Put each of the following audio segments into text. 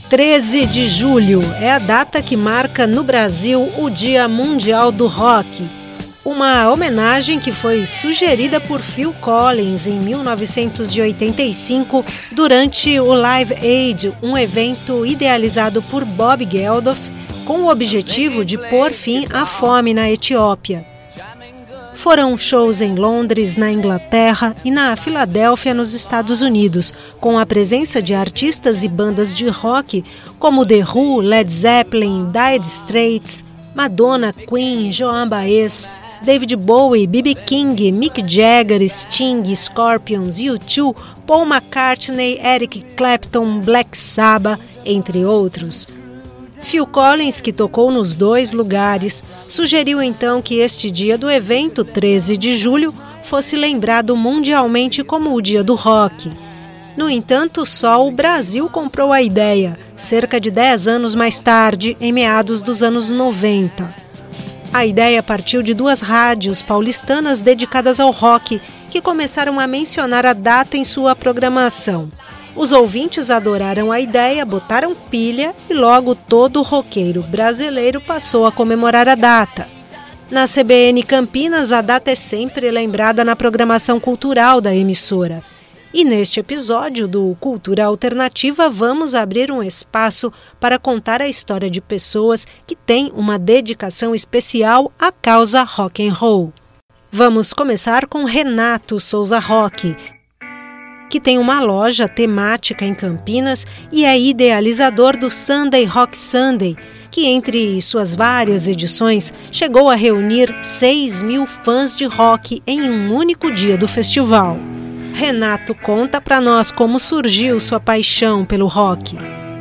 13 de julho é a data que marca no Brasil o Dia Mundial do Rock. Uma homenagem que foi sugerida por Phil Collins em 1985 durante o Live Aid, um evento idealizado por Bob Geldof com o objetivo de pôr fim à fome na Etiópia. Foram shows em Londres, na Inglaterra e na Filadélfia, nos Estados Unidos, com a presença de artistas e bandas de rock como The Who, Led Zeppelin, Dire Straits, Madonna, Queen, Joan Baez, David Bowie, B.B. King, Mick Jagger, Sting, Scorpions, U2, Paul McCartney, Eric Clapton, Black Sabbath, entre outros. Phil Collins, que tocou nos dois lugares, sugeriu então que este dia do evento, 13 de julho, fosse lembrado mundialmente como o Dia do Rock. No entanto, só o Brasil comprou a ideia, cerca de 10 anos mais tarde, em meados dos anos 90. A ideia partiu de duas rádios paulistanas dedicadas ao rock, que começaram a mencionar a data em sua programação. Os ouvintes adoraram a ideia, botaram pilha e logo todo roqueiro brasileiro passou a comemorar a data. Na CBN Campinas, a data é sempre lembrada na programação cultural da emissora. E neste episódio do Cultura Alternativa, vamos abrir um espaço para contar a história de pessoas que têm uma dedicação especial à causa rock and roll. Vamos começar com Renato Souza Roque, que tem uma loja temática em Campinas e é idealizador do Sunday Rock Sunday, que entre suas várias edições chegou a reunir 6.000 fãs de rock em um único dia do festival. Renato conta para nós como surgiu sua paixão pelo rock.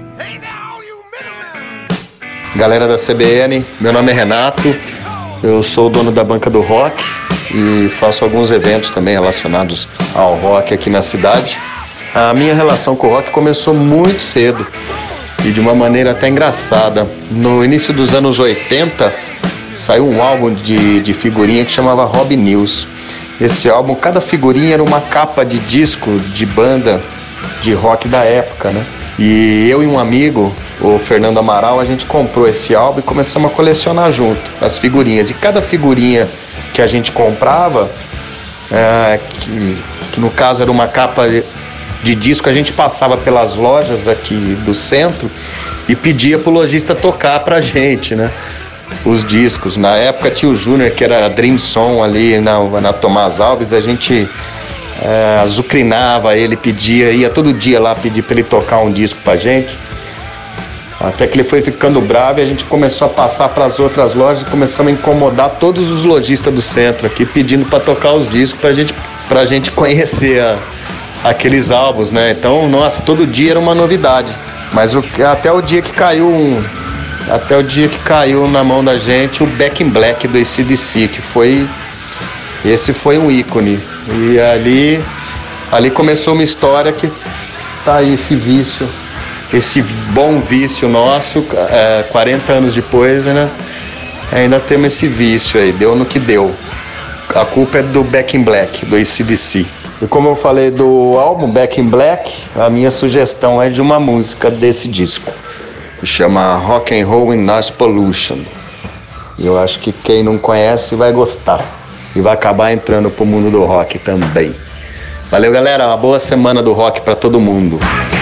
Galera da CBN, meu nome é Renato, eu sou o dono da Banca do Rock e faço alguns eventos também relacionados ao rock aqui na cidade. A minha relação com o rock começou muito cedo e de uma maneira até engraçada. No início dos anos 80, saiu um álbum de figurinha que chamava Rob News. Esse álbum, cada figurinha era uma capa de disco de banda de rock da época, né? E eu e um amigo, o Fernando Amaral, a gente comprou esse álbum e começamos a colecionar junto as figurinhas. E cada figurinha que a gente comprava, que no caso era uma capa de disco, a gente passava pelas lojas aqui do centro e pedia pro lojista tocar pra gente, né? Os discos. Na época tinha o Júnior, que era a Dream Song ali na Tomás Alves, a gente azucrinava ele, pedia, ia todo dia lá pedir pra ele tocar um disco pra gente. Até que ele foi ficando bravo e a gente começou a passar para as outras lojas e começamos a incomodar todos os lojistas do centro aqui, pedindo para tocar os discos pra gente conhecer aqueles álbuns, né? Então, nossa, todo dia era uma novidade. Mas até o dia que caiu na mão da gente o Back in Black do AC/DC, esse foi um ícone. E ali começou uma história que tá aí, esse bom vício nosso, 40 anos depois, né? Ainda temos esse vício aí, deu no que deu. A culpa é do Back in Black, do AC/DC. E como eu falei do álbum Back in Black, a minha sugestão é de uma música desse disco, que chama Rock and Roll in Noise Pollution. E eu acho que quem não conhece vai gostar e vai acabar entrando pro mundo do rock também. Valeu, galera, uma boa semana do rock para todo mundo.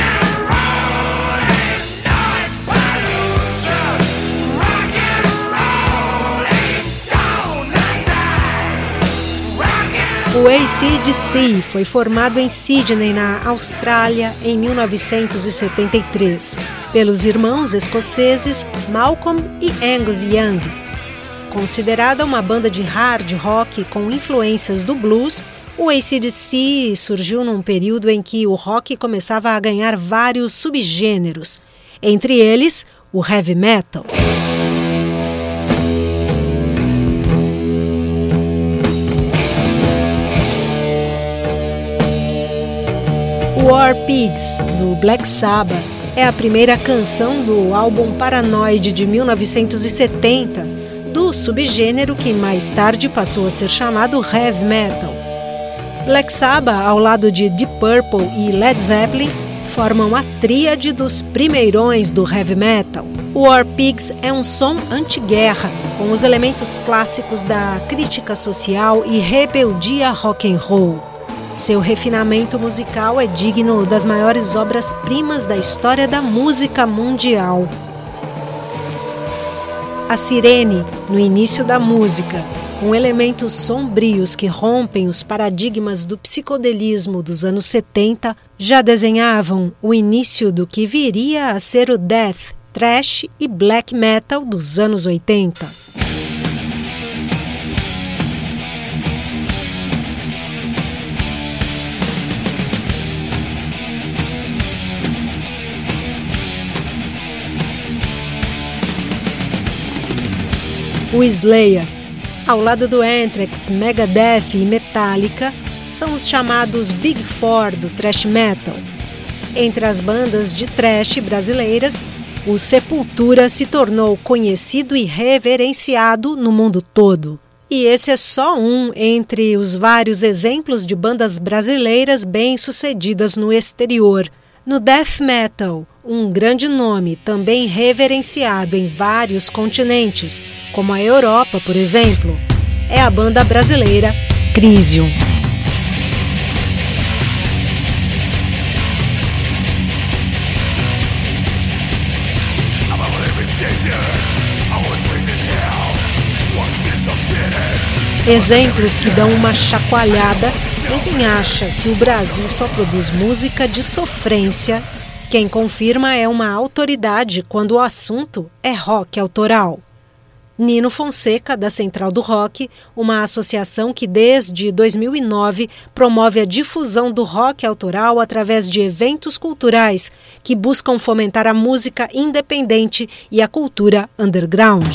O AC/DC foi formado em Sydney, na Austrália, em 1973, pelos irmãos escoceses Malcolm e Angus Young. Considerada uma banda de hard rock com influências do blues, o AC/DC surgiu num período em que o rock começava a ganhar vários subgêneros, entre eles o heavy metal. War Pigs, do Black Sabbath, é a primeira canção do álbum Paranoid de 1970, do subgênero que mais tarde passou a ser chamado heavy metal. Black Sabbath, ao lado de Deep Purple e Led Zeppelin, formam a tríade dos primeirões do heavy metal. O War Pigs é um som anti-guerra, com os elementos clássicos da crítica social e rebeldia rock and roll. Seu refinamento musical é digno das maiores obras-primas da história da música mundial. A sirene, no início da música, com elementos sombrios que rompem os paradigmas do psicodelismo dos anos 70, já desenhavam o início do que viria a ser o death, thrash e black metal dos anos 80. O Slayer, ao lado do Anthrax, Megadeth e Metallica, são os chamados Big Four do thrash metal. Entre as bandas de thrash brasileiras, o Sepultura se tornou conhecido e reverenciado no mundo todo. E esse é só um entre os vários exemplos de bandas brasileiras bem-sucedidas no exterior. No death metal, um grande nome também reverenciado em vários continentes, como a Europa, por exemplo, é a banda brasileira Crisium. Exemplos que dão uma chacoalhada em quem acha que o Brasil só produz música de sofrência. Quem confirma é uma autoridade quando o assunto é rock autoral. Nino Fonseca, da Central do Rock, uma associação que desde 2009 promove a difusão do rock autoral através de eventos culturais que buscam fomentar a música independente e a cultura underground.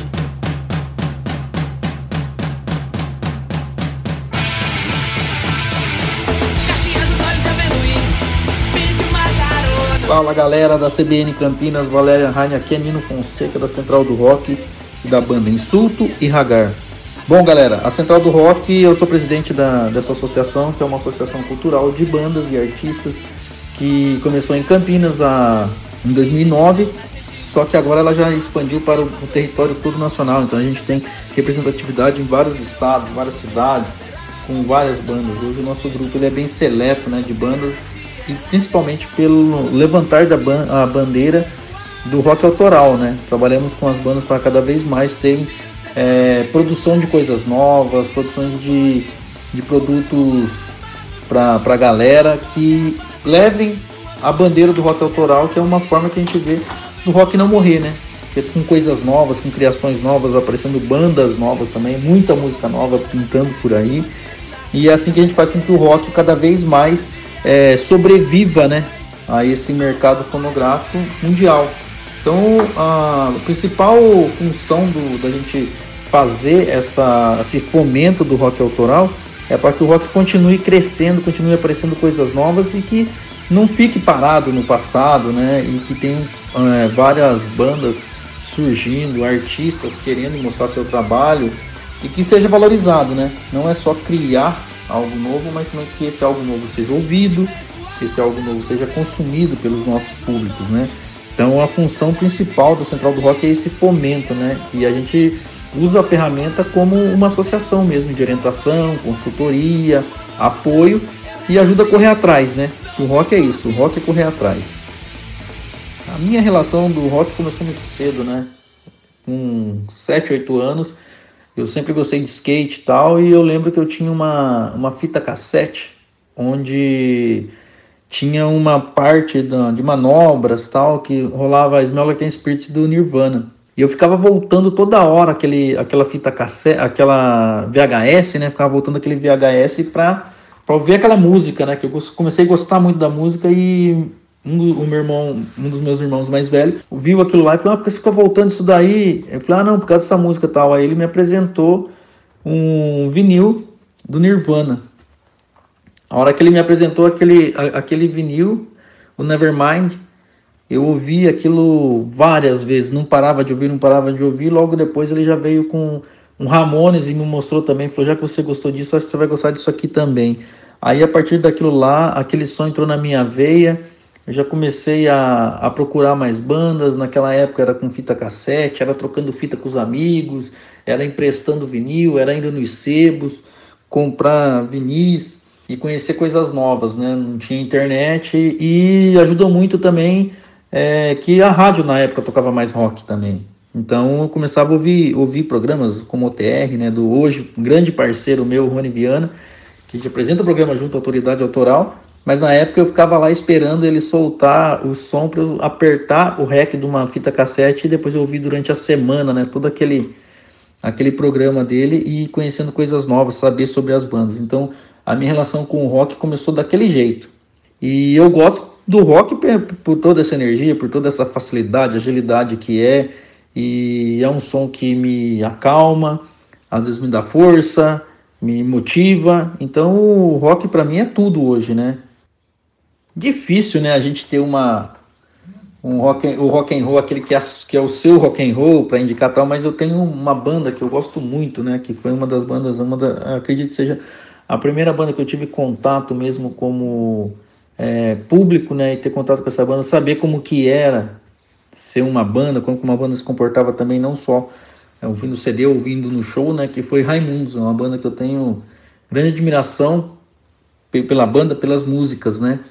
Fala galera da CBN Campinas, Valéria Raine, aqui é Nino Fonseca da Central do Rock e da banda Insulto e Hagar. Bom galera, a Central do Rock, eu sou presidente dessa associação, que é uma associação cultural de bandas e artistas que começou em Campinas em 2009, só que agora ela já expandiu para o território todo nacional, então a gente tem representatividade em vários estados, várias cidades, com várias bandas. Hoje o nosso grupo ele é bem seleto, né, de bandas, e principalmente pelo levantar a bandeira do rock autoral, né? Trabalhamos com as bandas para cada vez mais terem produção de coisas novas, produções de produtos para a galera que levem a bandeira do rock autoral, que é uma forma que a gente vê do rock não morrer, né? Que com coisas novas, com criações novas, aparecendo bandas novas também, muita música nova pintando por aí, e é assim que a gente faz com que o rock cada vez mais sobreviva, né, a esse mercado fonográfico mundial. Então a principal função da gente fazer esse fomento do rock autoral é para que o rock continue crescendo, continue aparecendo coisas novas e que não fique parado no passado, né, e que tenham várias bandas surgindo, artistas querendo mostrar seu trabalho e que seja valorizado, né? Não é só criar algo novo, mas também que esse algo novo seja ouvido, que esse algo novo seja consumido pelos nossos públicos, né? Então a função principal da Central do Rock é esse fomento, né? E a gente usa a ferramenta como uma associação mesmo de orientação, consultoria, apoio e ajuda a correr atrás, né? O rock é isso, o rock é correr atrás. A minha relação do rock começou muito cedo, né? Com 7, 8 anos, eu sempre gostei de skate e tal, e eu lembro que eu tinha uma fita cassete, onde tinha uma parte de manobras e tal, que rolava Smell Like Teen Spirit do Nirvana. E eu ficava voltando toda hora aquela fita cassete, aquela VHS, né? Ficava voltando aquele VHS pra ouvir aquela música, né? Que eu comecei a gostar muito da música e um dos meus irmãos mais velhos viu aquilo lá e falou: por que você fica voltando isso daí? Eu falei: não, por causa dessa música e tal. Aí ele me apresentou um vinil do Nirvana. A hora que ele me apresentou aquele vinil, o Nevermind, eu ouvi aquilo várias vezes, não parava de ouvir. Logo depois ele já veio com um Ramones e me mostrou também, falou: já que você gostou disso, acho que você vai gostar disso aqui também. Aí a partir daquilo lá, aquele som entrou na minha veia, eu já comecei a procurar mais bandas. Naquela época era com fita cassete, era trocando fita com os amigos, era emprestando vinil, era indo nos sebos, comprar vinis e conhecer coisas novas, né? Não tinha internet e ajudou muito também que a rádio na época tocava mais rock também. Então eu começava a ouvir programas como o TR, né? Do hoje um grande parceiro meu, Rony Viana, que a gente apresenta o programa junto à Autoridade Autoral, mas na época eu ficava lá esperando ele soltar o som para eu apertar o REC de uma fita cassete e depois eu ouvir durante a semana, né? Todo aquele programa dele e conhecendo coisas novas, saber sobre as bandas. Então a minha relação com o rock começou daquele jeito. E eu gosto do rock por toda essa energia, por toda essa facilidade, agilidade que é. E é um som que me acalma, às vezes me dá força, me motiva. Então o rock para mim é tudo hoje, né? Difícil, né, a gente ter o rock and roll, aquele que é o seu rock and roll para indicar tal, mas eu tenho uma banda que eu gosto muito, né, que foi uma das bandas, acredito que seja a primeira banda que eu tive contato mesmo como público, né, e ter contato com essa banda, saber como que era ser uma banda, como que uma banda se comportava também, não só ouvindo CD, ouvindo no show, né, que foi Raimundos, uma banda que eu tenho grande admiração pela banda, pelas músicas, né,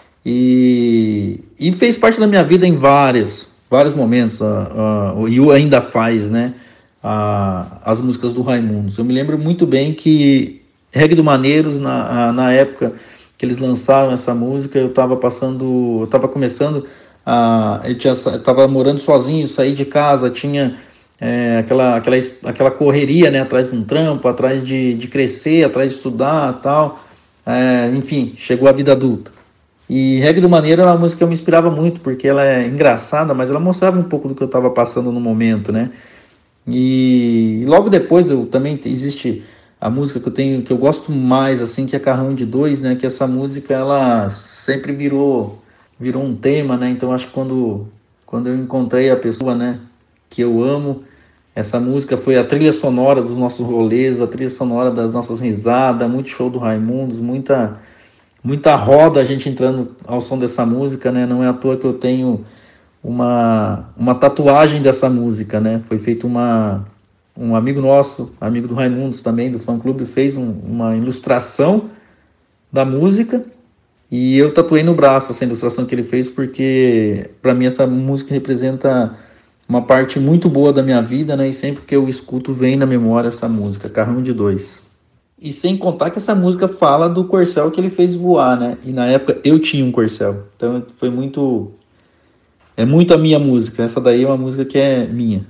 e fez parte da minha vida em vários momentos, e ainda faz, né, as músicas do Raimundos. Eu me lembro muito bem que Reggae do Maneiros, na época que eles lançaram essa música, eu estava começando, eu estava morando sozinho, saí de casa, tinha aquela correria, né, atrás de um trampo, atrás de crescer, atrás de estudar, tal, enfim, chegou a vida adulta. E Reggae do Maneiro era uma música que eu me inspirava muito, porque ela é engraçada, mas ela mostrava um pouco do que eu estava passando no momento, né? E logo depois existe a música que eu gosto mais, assim, que é Carrão de Dois, né? Que essa música, ela sempre virou um tema, né? Então acho que quando eu encontrei a pessoa, né, que eu amo, essa música foi a trilha sonora dos nossos rolês, a trilha sonora das nossas risadas, muito show do Raimundos, muita roda a gente entrando ao som dessa música, né? Não é à toa que eu tenho uma tatuagem dessa música, né? Foi feito um amigo nosso, amigo do Raimundos também, do fã-clube, fez uma ilustração da música e eu tatuei no braço essa ilustração que ele fez, porque para mim essa música representa uma parte muito boa da minha vida, né? E sempre que eu escuto vem na memória essa música, Carrão de Dois. E sem contar que essa música fala do corcel que ele fez voar, né? E na época eu tinha um corcel. Então foi muito... É muito a minha música. Essa daí é uma música que é minha.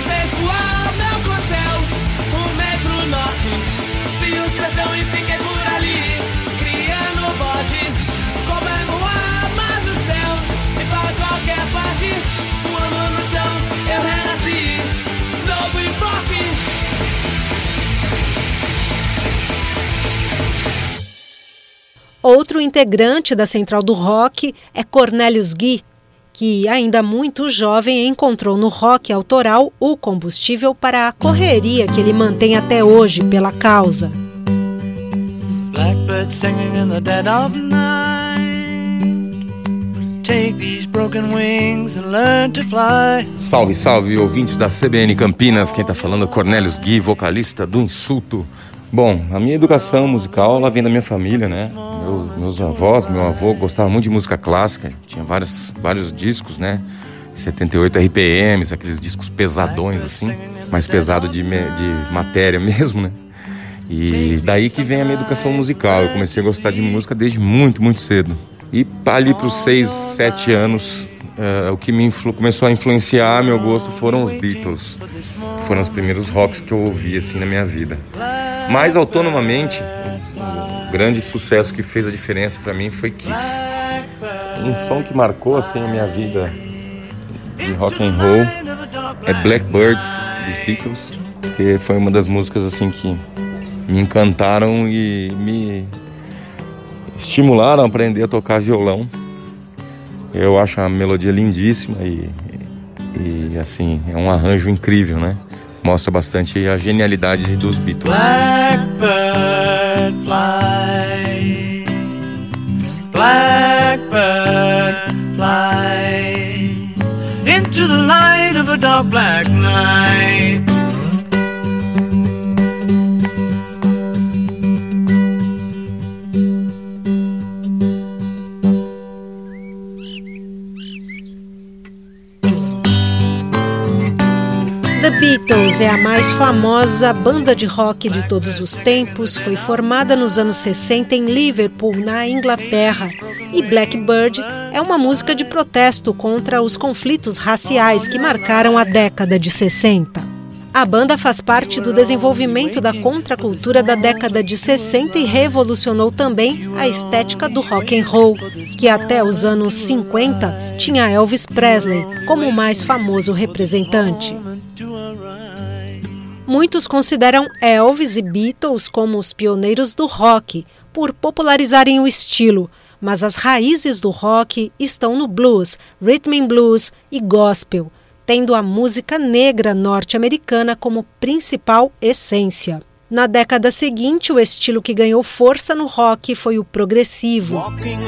Outro integrante da Central do Rock é Cornelius Gui, que ainda muito jovem encontrou no rock autoral o combustível para a correria que ele mantém até hoje pela causa. Blackbird singing in the dead of night. Take these broken wings and learn to fly. Salve, salve, ouvintes da CBN Campinas. Quem tá falando é Cornelius Gui, vocalista do Insulto. Bom, a minha educação musical, ela vem da minha família, né? Meus avós, meu avô gostava muito de música clássica. Tinha vários discos, né? 78 RPMs, aqueles discos pesadões, assim. Mais pesado de matéria mesmo, né? E daí que vem a minha educação musical. Eu comecei a gostar de música desde muito, muito cedo. E ali para os 6, 7 anos, o que começou a influenciar meu gosto foram os Beatles. Foram os primeiros rocks que eu ouvi assim na minha vida. Mais autonomamente, o grande sucesso que fez a diferença para mim foi Kiss. Um som que marcou assim a minha vida de rock and roll é Blackbird dos Beatles, que foi uma das músicas assim que me encantaram e me estimularam a aprender a tocar violão. Eu acho a melodia lindíssima e assim, é um arranjo incrível, né? Mostra bastante a genialidade dos Beatles. Blackbird fly, Blackbird into the light of a dark black night. The Beatles é a mais famosa banda de rock de todos os tempos, foi formada nos anos 60 em Liverpool, na Inglaterra, e Blackbird é uma música de protesto contra os conflitos raciais que marcaram a década de 60. A banda faz parte do desenvolvimento da contracultura da década de 60 e revolucionou também a estética do rock and roll, que até os anos 50 tinha Elvis Presley como o mais famoso representante. Muitos consideram Elvis e Beatles como os pioneiros do rock, por popularizarem o estilo, mas as raízes do rock estão no blues, rhythm and blues e gospel, tendo a música negra norte-americana como principal essência. Na década seguinte, o estilo que ganhou força no rock foi o progressivo,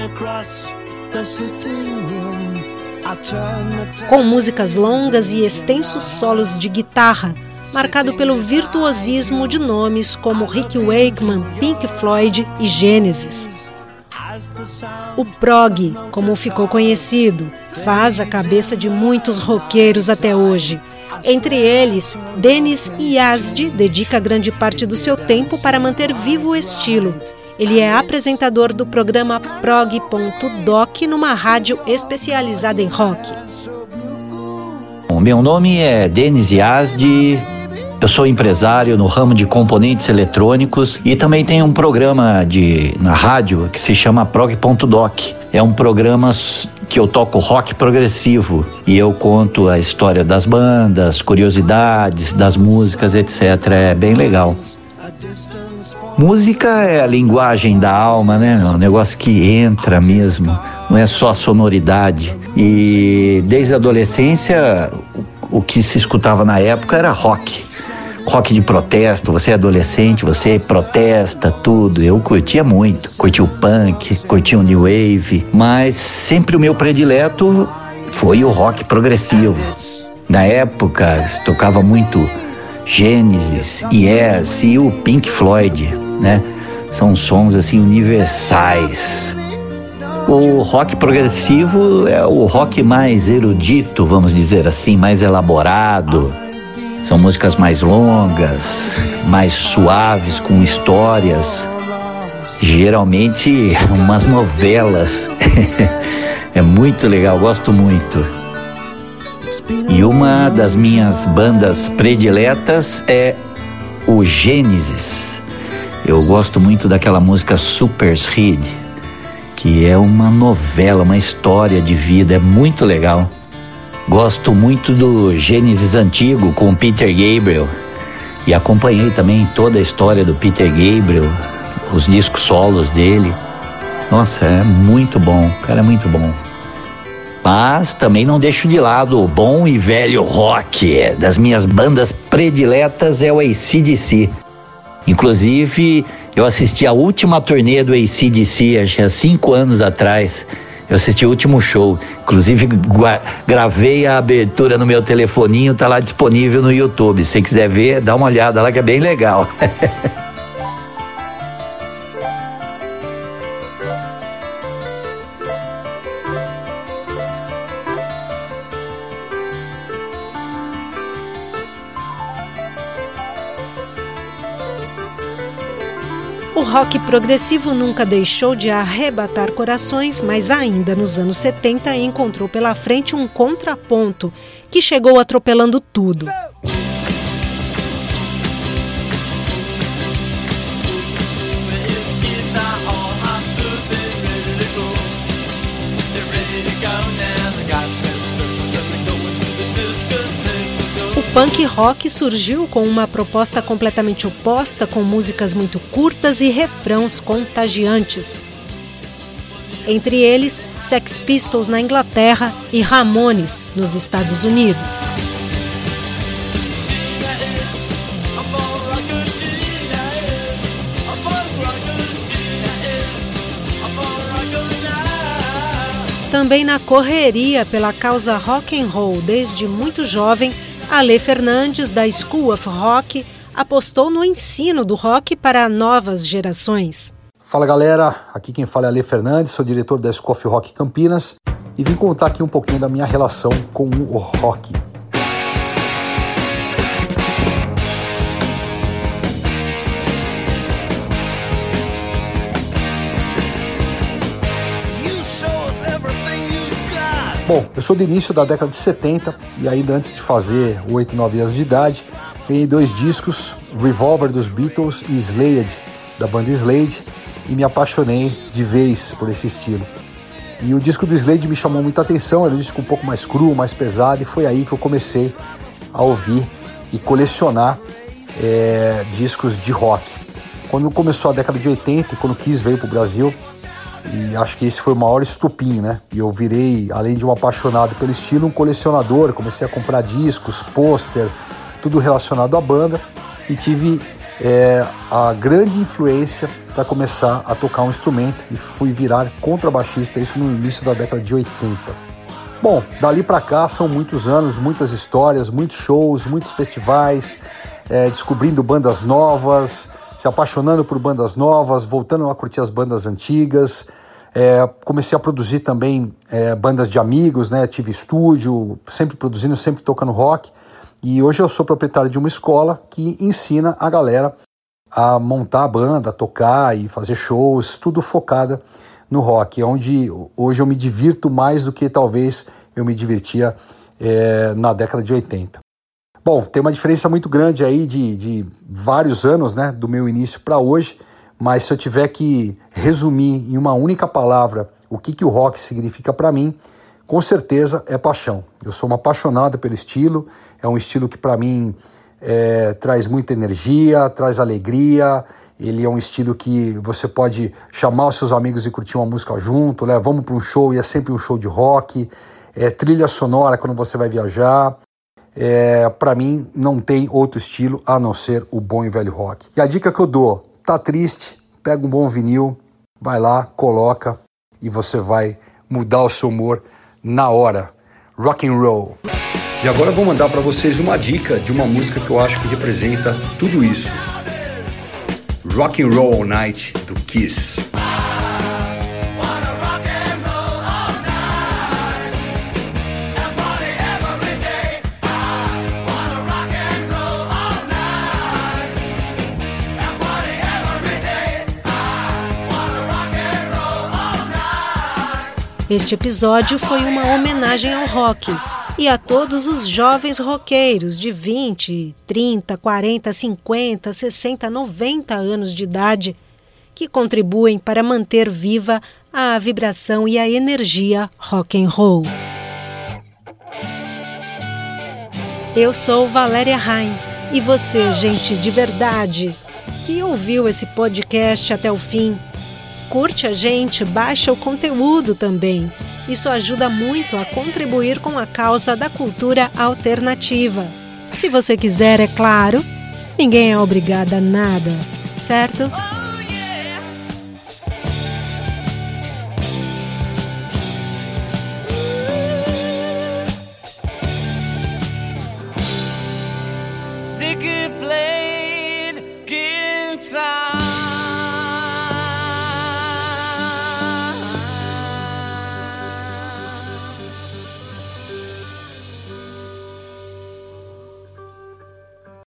com músicas longas e extensos solos de guitarra, marcado pelo virtuosismo de nomes como Rick Wakeman, Pink Floyd e Genesis. O prog, como ficou conhecido, faz a cabeça de muitos roqueiros até hoje. Entre eles, Dennis Yazdi dedica grande parte do seu tempo para manter vivo o estilo. Ele é apresentador do programa Prog.doc numa rádio especializada em rock. O meu nome é Dennis Yazdi. Eu sou empresário no ramo de componentes eletrônicos e também tenho um programa na rádio que se chama Prog.doc. É um programa que eu toco rock progressivo e eu conto a história das bandas, curiosidades, das músicas, etc. É bem legal. Música é a linguagem da alma, né? É um negócio que entra mesmo, não é só a sonoridade. E desde a adolescência, o que se escutava na época era rock. Rock de protesto, você é adolescente, você protesta tudo. Eu curtia muito, curtia o punk, curtia o new wave, mas sempre o meu predileto foi o rock progressivo. Na época, se tocava muito Genesis, Yes e o Pink Floyd, né? São sons assim universais. O rock progressivo é o rock mais erudito, vamos dizer assim, mais elaborado. São músicas mais longas, mais suaves, com histórias, geralmente umas novelas. É muito legal, gosto muito. E uma das minhas bandas prediletas é o Genesis. Eu gosto muito daquela música Supershead, que é uma novela, uma história de vida, é muito legal. Gosto muito do Genesis antigo com o Peter Gabriel e acompanhei também toda a história do Peter Gabriel, os discos solos dele. Nossa, é muito bom, o cara é muito bom. Mas também não deixo de lado o bom e velho rock. Das minhas bandas prediletas é o AC/DC. Inclusive, eu assisti a última turnê do AC/DC há 5 anos atrás. Eu assisti o último show, inclusive gravei a abertura no meu telefoninho, tá lá disponível no YouTube. Se você quiser ver, dá uma olhada lá que é bem legal. O rock progressivo nunca deixou de arrebatar corações, mas ainda nos anos 70 encontrou pela frente um contraponto que chegou atropelando tudo. O punk rock surgiu com uma proposta completamente oposta, com músicas muito curtas e refrãos contagiantes. Entre eles, Sex Pistols na Inglaterra e Ramones nos Estados Unidos. Também na correria pela causa rock and roll desde muito jovem, Ale Fernandes, da School of Rock, apostou no ensino do rock para novas gerações. Fala galera, aqui quem fala é Ale Fernandes, sou diretor da School of Rock Campinas e vim contar aqui um pouquinho da minha relação com o rock. Bom, eu sou do início da década de 70 e ainda antes de fazer 8, 9 anos de idade, ganhei 2 discos, Revolver dos Beatles e Slade, da banda Slade, e me apaixonei de vez por esse estilo. E o disco do Slade me chamou muita atenção, era um disco um pouco mais cru, mais pesado, e foi aí que eu comecei a ouvir e colecionar discos de rock. Quando começou a década de 80, quando o Kiss veio para o Brasil, e acho que esse foi o maior estupim, né? E eu virei, além de um apaixonado pelo estilo, um colecionador. Comecei a comprar discos, pôster, tudo relacionado à banda. E tive a grande influência para começar a tocar um instrumento. E fui virar contrabaixista, isso no início da década de 80. Bom, dali para cá são muitos anos, muitas histórias, muitos shows, muitos festivais, descobrindo bandas novas, se apaixonando por bandas novas, voltando a curtir as bandas antigas. Comecei a produzir também bandas de amigos, né? Tive estúdio, sempre produzindo, sempre tocando rock. E hoje eu sou proprietário de uma escola que ensina a galera a montar a banda, a tocar e fazer shows, tudo focada no rock, onde hoje eu me divirto mais do que talvez eu me divertia na década de 80. Bom, tem uma diferença muito grande aí de vários anos, né, do meu início para hoje, mas se eu tiver que resumir em uma única palavra o que o rock significa para mim, com certeza é paixão. Eu sou um apaixonado pelo estilo, é um estilo que para mim traz muita energia, traz alegria, ele é um estilo que você pode chamar os seus amigos e curtir uma música junto, né? Vamos para um show e é sempre um show de rock, trilha sonora quando você vai viajar. Para mim não tem outro estilo a não ser o bom e velho rock. E a dica que eu dou, tá triste, pega um bom vinil, vai lá, coloca e você vai mudar o seu humor na hora. Rock and roll. E agora eu vou mandar para vocês uma dica de uma música que eu acho que representa tudo isso. Rock and Roll All Night do Kiss. Este episódio foi uma homenagem ao rock e a todos os jovens roqueiros de 20, 30, 40, 50, 60, 90 anos de idade que contribuem para manter viva a vibração e a energia rock and roll. Eu sou Valéria Rain e você, gente de verdade, que ouviu esse podcast até o fim, curte a gente, baixa o conteúdo também. Isso ajuda muito a contribuir com a causa da cultura alternativa. Se você quiser, é claro, ninguém é obrigado a nada, certo?